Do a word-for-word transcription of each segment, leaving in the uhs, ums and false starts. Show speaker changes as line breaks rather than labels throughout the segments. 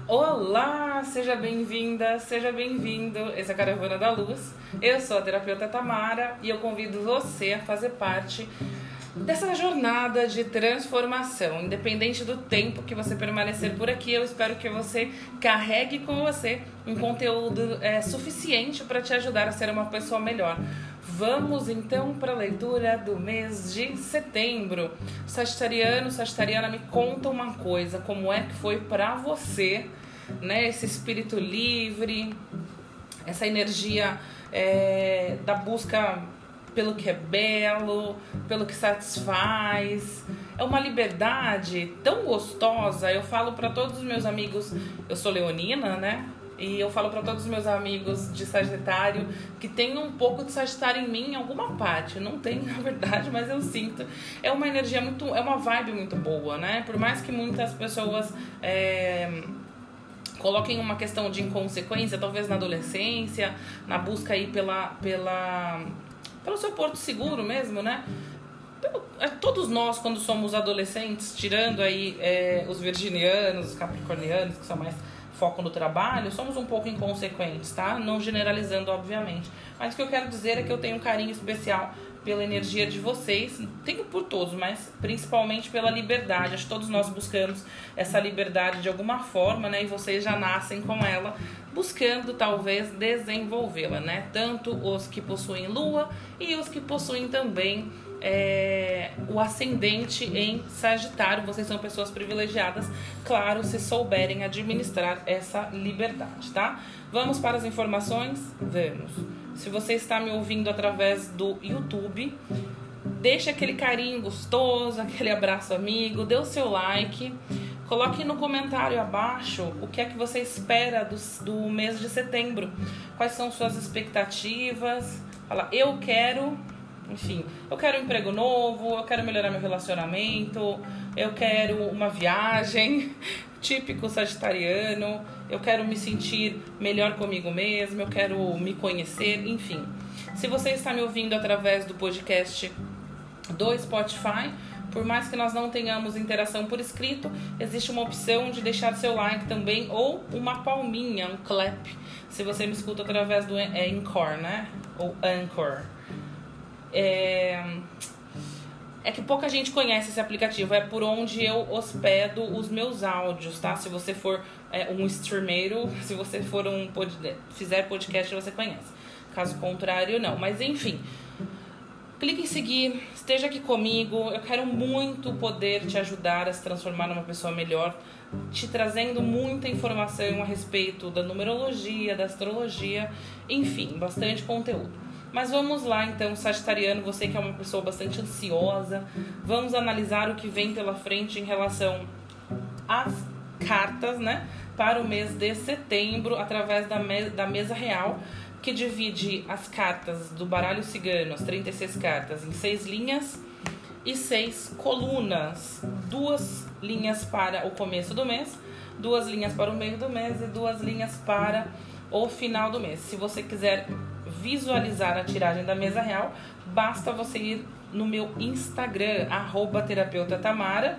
Olá, seja bem-vinda, seja bem-vindo. Essa é a Caravana da Luz. Eu sou a terapeuta Tamara e eu convido você a fazer parte dessa jornada de transformação. Independente do tempo que você permanecer por aqui, eu espero que você carregue com você um conteúdo é, suficiente para te ajudar a ser uma pessoa melhor. Vamos então para a leitura do mês de setembro. Sagitariano, Sagitariana, me conta uma coisa, como é que foi para você, né? Esse espírito livre, essa energia é, da busca pelo que é belo, pelo que satisfaz. É uma liberdade tão gostosa. Eu falo para todos os meus amigos, eu sou leonina, né? E eu falo para todos os meus amigos de Sagitário que tem um pouco de Sagitário em mim em alguma parte. Não tem, na verdade, mas eu sinto. É uma energia muito, é uma vibe muito boa, né? Por mais que muitas pessoas é, coloquem uma questão de inconsequência, talvez na adolescência, na busca aí pela, pela, pelo seu porto seguro mesmo, né? Pelo, é, todos nós, quando somos adolescentes, tirando aí é, os virginianos, os capricornianos, que são mais foco no trabalho, somos um pouco inconsequentes, tá? Não generalizando, obviamente. Mas o que eu quero dizer é que eu tenho um carinho especial pela energia de vocês. Tenho por todos, mas principalmente pela liberdade. Acho que todos nós buscamos essa liberdade de alguma forma, né? E vocês já nascem com ela, buscando talvez desenvolvê-la, né? Tanto os que possuem lua e os que possuem também É, o ascendente em Sagitário. Vocês são pessoas privilegiadas, claro, se souberem administrar essa liberdade, tá? Vamos para as informações? Vamos. Se você está me ouvindo através do YouTube, deixa aquele carinho gostoso, aquele abraço amigo, dê o seu like, coloque no comentário abaixo o que é que você espera do, do mês de setembro, quais são suas expectativas. Fala, eu quero... Enfim, eu quero um emprego novo, eu quero melhorar meu relacionamento, eu quero uma viagem, típico sagitariano, eu quero me sentir melhor comigo mesmo, eu quero me conhecer, enfim. Se você está me ouvindo através do podcast do Spotify, por mais que nós não tenhamos interação por escrito, existe uma opção de deixar seu like também, ou uma palminha, um clap, se você me escuta através do Anchor, né? Ou Anchor. É... é que pouca gente conhece esse aplicativo, é por onde eu hospedo os meus áudios, tá? Se você for é, um streameiro, se você for um pod... fizer podcast, você conhece. Caso contrário, não. Mas enfim, clique em seguir, esteja aqui comigo. Eu quero muito poder te ajudar a se transformar numa pessoa melhor, te trazendo muita informação a respeito da numerologia, da astrologia, enfim, bastante conteúdo. Mas vamos lá então, Sagitariano, você que é uma pessoa bastante ansiosa, vamos analisar o que vem pela frente em relação às cartas, né, para o mês de setembro, através da, me- da mesa real, que divide as cartas do baralho cigano, as trinta e seis cartas, em seis linhas e seis colunas. Duas linhas para o começo do mês, duas linhas para o meio do mês e duas linhas para o final do mês. Se você quiser visualizar a tiragem da mesa real, basta você ir no meu Instagram, arroba terapeuta Tamara.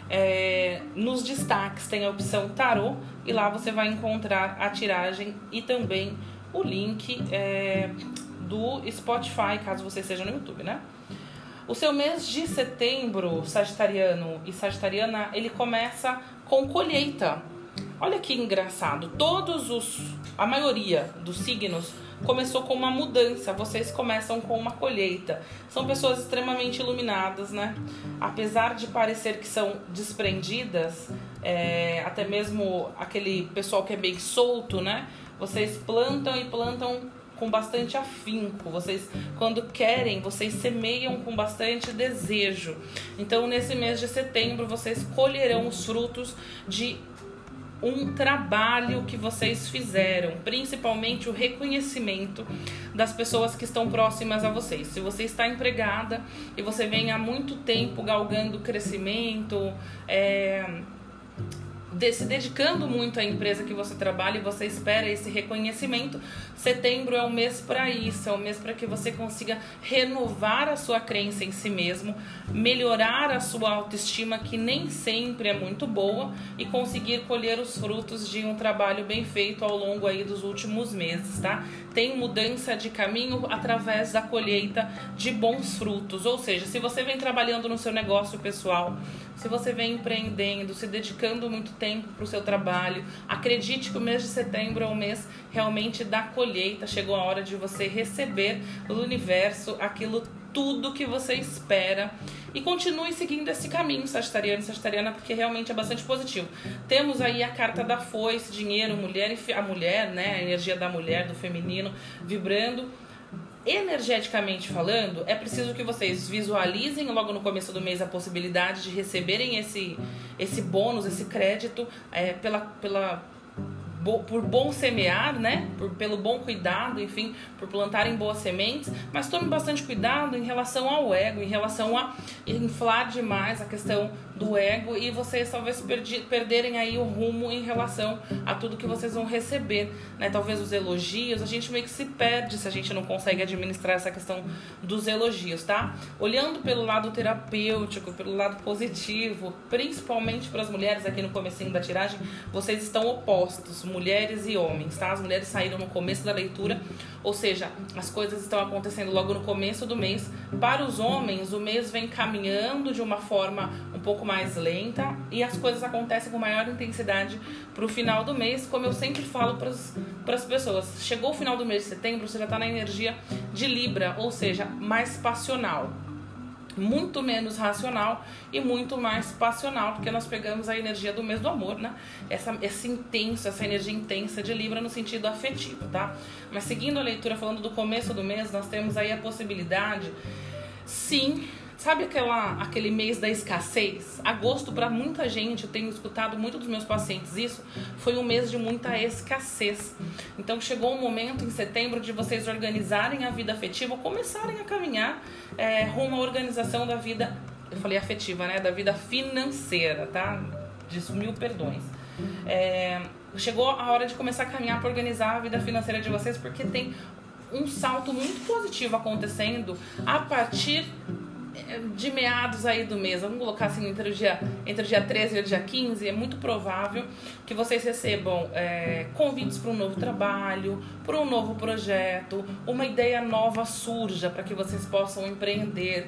É, nos destaques tem a opção tarô e lá você vai encontrar a tiragem e também o link é, do Spotify, caso você esteja no YouTube, né? O seu mês de setembro, sagitariano e sagitariana, ele começa com colheita. Olha que engraçado, todos os, a maioria dos signos começou com uma mudança, vocês começam com uma colheita. São pessoas extremamente iluminadas, né? Apesar de parecer que são desprendidas, é, até mesmo aquele pessoal que é bem solto, né? Vocês plantam e plantam com bastante afinco. Vocês, quando querem, vocês semeiam com bastante desejo. Então, nesse mês de setembro, vocês colherão os frutos de um trabalho que vocês fizeram, principalmente o reconhecimento das pessoas que estão próximas a vocês. Se você está empregada e você vem há muito tempo galgando crescimento, é, de, se dedicando muito à empresa que você trabalha e você espera esse reconhecimento, setembro é o mês para isso, é o mês para que você consiga renovar a sua crença em si mesmo, melhorar a sua autoestima, que nem sempre é muito boa, e conseguir colher os frutos de um trabalho bem feito ao longo aí dos últimos meses, tá? Tem mudança de caminho através da colheita de bons frutos, ou seja, se você vem trabalhando no seu negócio pessoal, se você vem empreendendo, se dedicando muito tempo para o seu trabalho, acredite que o mês de setembro é o mês realmente da colheita. Chegou a hora de você receber do universo aquilo tudo que você espera, e continue seguindo esse caminho, sagitariano e sagitariana, porque realmente é bastante positivo. Temos aí a carta da foice, dinheiro, mulher, a mulher, né, a energia da mulher, do feminino vibrando. Energeticamente falando, é preciso que vocês visualizem logo no começo do mês a possibilidade de receberem esse, esse bônus, esse crédito é, pela, pela, bo, por bom semear, né? Por, pelo bom cuidado, enfim, por plantarem boas sementes, mas tome bastante cuidado em relação ao ego, em relação a inflar demais a questão do ego, e vocês talvez perdi, perderem aí o rumo em relação a tudo que vocês vão receber, né? Talvez os elogios, a gente meio que se perde se a gente não consegue administrar essa questão dos elogios, tá? Olhando pelo lado terapêutico, pelo lado positivo, principalmente para as mulheres, aqui no comecinho da tiragem, vocês estão opostos, mulheres e homens, tá? As mulheres saíram no começo da leitura, ou seja, as coisas estão acontecendo logo no começo do mês. Para os homens, o mês vem caminhando de uma forma um pouco mais lenta e as coisas acontecem com maior intensidade para o final do mês, como eu sempre falo para as pessoas. Chegou o final do mês de setembro, você já está na energia de Libra, ou seja, mais passional, muito menos racional e muito mais passional, porque nós pegamos a energia do mês do amor, né? Essa, essa intensa, essa energia intensa de Libra no sentido afetivo, tá? Mas seguindo a leitura, falando do começo do mês, nós temos aí a possibilidade, sim. Sabe aquela, aquele mês da escassez? Agosto, para muita gente, eu tenho escutado muito dos meus pacientes isso, foi um mês de muita escassez. Então chegou um momento em setembro de vocês organizarem a vida afetiva, começarem a caminhar é, rumo à organização da vida, eu falei afetiva, né? Da vida financeira, tá? Disso, mil perdões. É, chegou a hora de começar a caminhar para organizar a vida financeira de vocês, porque tem um salto muito positivo acontecendo a partir de meados aí do mês. Vamos colocar assim, entre o dia, entre o dia treze e o dia quinze, é muito provável que vocês recebam é, convites para um novo trabalho, para um novo projeto, uma ideia nova surja para que vocês possam empreender.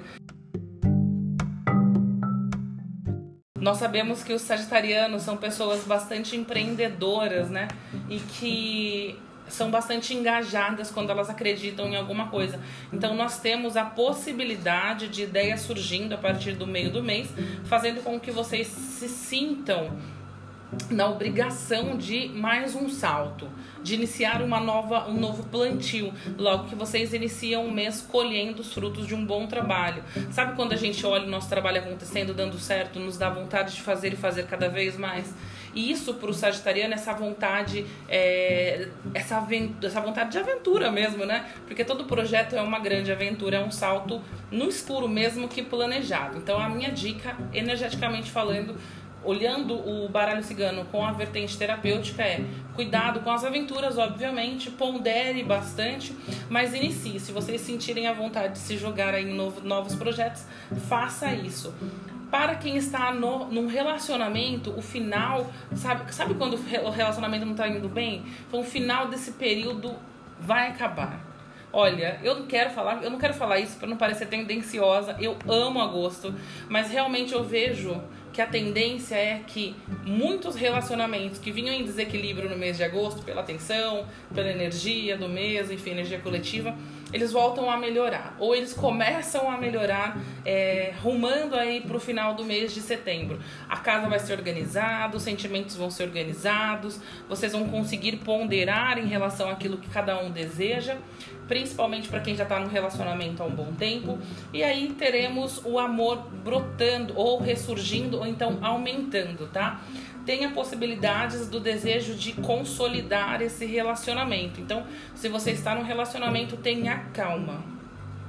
Nós sabemos que os sagitarianos são pessoas bastante empreendedoras, né? E que são bastante engajadas quando elas acreditam em alguma coisa. Então nós temos a possibilidade de ideias surgindo a partir do meio do mês, fazendo com que vocês se sintam na obrigação de mais um salto, de iniciar uma nova, um novo plantio, logo que vocês iniciam o mês colhendo os frutos de um bom trabalho. Sabe quando a gente olha o nosso trabalho acontecendo, dando certo, nos dá vontade de fazer e fazer cada vez mais? E isso para o sagitariano, essa vontade, é, essa, aventura, essa vontade de aventura mesmo, né? Porque todo projeto é uma grande aventura, é um salto no escuro mesmo que planejado. Então a minha dica, energeticamente falando, olhando o baralho cigano com a vertente terapêutica, é cuidado com as aventuras, obviamente, pondere bastante, mas inicie. Se vocês sentirem a vontade de se jogar aí em novo, novos projetos, faça isso. Para quem está no, num relacionamento, o final, sabe, sabe quando o relacionamento não está indo bem? Então o final desse período vai acabar. Olha, eu não quero falar, eu não quero falar isso para não parecer tendenciosa, eu amo agosto, mas realmente eu vejo que a tendência é que muitos relacionamentos que vinham em desequilíbrio no mês de agosto, pela tensão, pela energia do mês, enfim, energia coletiva, eles voltam a melhorar, ou eles começam a melhorar, é, rumando aí para o final do mês de setembro. A casa vai ser organizada, os sentimentos vão ser organizados, vocês vão conseguir ponderar em relação àquilo que cada um deseja, principalmente para quem já está no relacionamento há um bom tempo, e aí teremos o amor brotando, ou ressurgindo, ou então aumentando, tá? Tenha possibilidades do desejo de consolidar esse relacionamento. Então, se você está num relacionamento, tenha calma.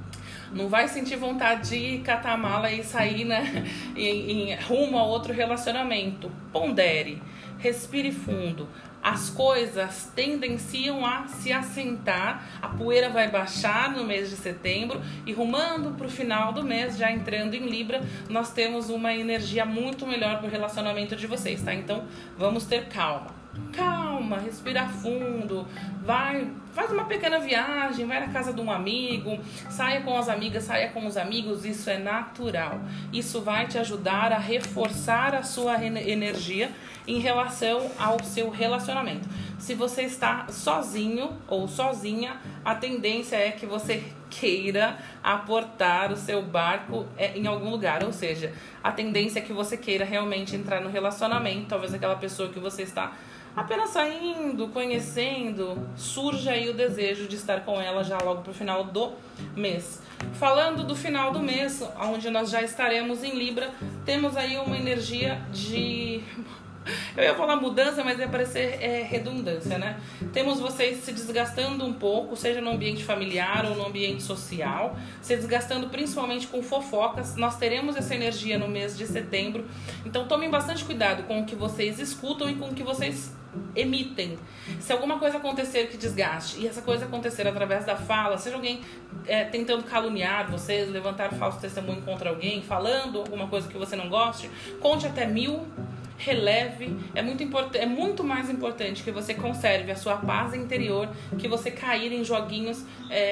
Não vai sentir vontade de catar a mala e sair, né, em, em rumo a outro relacionamento. Pondere, respire fundo. As coisas tendenciam a se assentar, a poeira vai baixar no mês de setembro e rumando para o final do mês, já entrando em Libra, nós temos uma energia muito melhor para o relacionamento de vocês, tá? Então vamos ter calma. Calma, respira fundo, vai, faz uma pequena viagem, vai na casa de um amigo, saia com as amigas, saia com os amigos, isso é natural. Isso vai te ajudar a reforçar a sua energia em relação ao seu relacionamento. Se você está sozinho ou sozinha, a tendência é que você queira aportar o seu barco em algum lugar, ou seja, a tendência é que você queira realmente entrar no relacionamento, talvez aquela pessoa que você está apenas saindo, conhecendo, surge aí o desejo de estar com ela já logo pro final do mês. Falando do final do mês, onde nós já estaremos em Libra, temos aí uma energia de... Eu ia falar mudança, mas ia parecer é, redundância, né? Temos vocês se desgastando um pouco, seja no ambiente familiar ou no ambiente social, se desgastando principalmente com fofocas. Nós teremos essa energia no mês de setembro, então tomem bastante cuidado com o que vocês escutam e com o que vocês emitem. Se alguma coisa acontecer que desgaste, e essa coisa acontecer através da fala, seja alguém é, tentando caluniar vocês, levantar falso testemunho contra alguém, falando alguma coisa que você não goste, conte até mil. Releve, é muito, import- é muito mais importante que você conserve a sua paz interior que você cair em joguinhos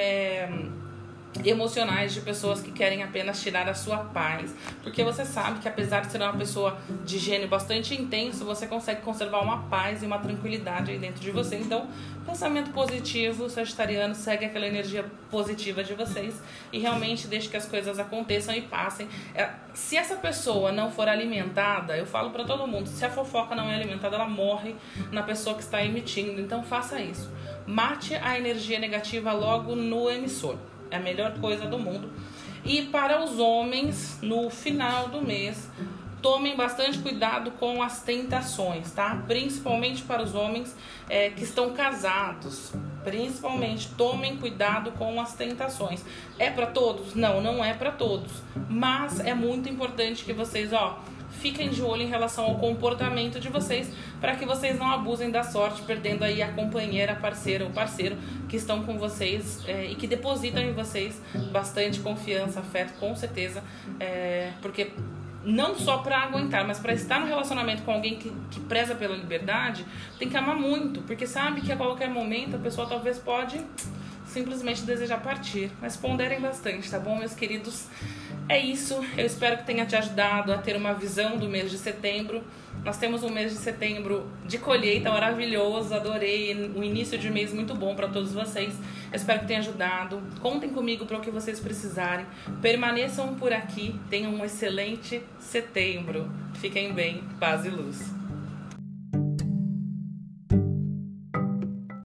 é, emocionais de pessoas que querem apenas tirar a sua paz, porque você sabe que apesar de ser uma pessoa de gênio bastante intenso, você consegue conservar uma paz e uma tranquilidade aí dentro de você. Então, pensamento positivo, sagitariano, segue aquela energia positiva de vocês e realmente deixe que as coisas aconteçam e passem. É, se essa pessoa não for alimentada, eu falo pra todo mundo, se a fofoca não é alimentada, ela morre na pessoa que está emitindo. Então faça isso, mate a energia negativa logo no emissor. É a melhor coisa do mundo. E para os homens, no final do mês, tomem bastante cuidado com as tentações, tá? Principalmente para os homens é, que estão casados. Principalmente, tomem cuidado com as tentações. É para todos? Não, não é para todos. Mas é muito importante que vocês, ó, fiquem de olho em relação ao comportamento de vocês, para que vocês não abusem da sorte, perdendo aí a companheira, a parceira ou parceiro que estão com vocês é, e que depositam em vocês bastante confiança, afeto, com certeza, é, porque não só para aguentar, mas para estar no relacionamento com alguém que, que preza pela liberdade, tem que amar muito, porque sabe que a qualquer momento a pessoa talvez pode simplesmente desejar partir. Mas ponderem bastante, tá bom, meus queridos? É isso, eu espero que tenha te ajudado a ter uma visão do mês de setembro. Nós temos um mês de setembro de colheita maravilhoso, adorei, um início de mês muito bom para todos vocês. Eu espero que tenha ajudado. Contem comigo para o que vocês precisarem. Permaneçam por aqui, tenham um excelente setembro. Fiquem bem, paz e luz.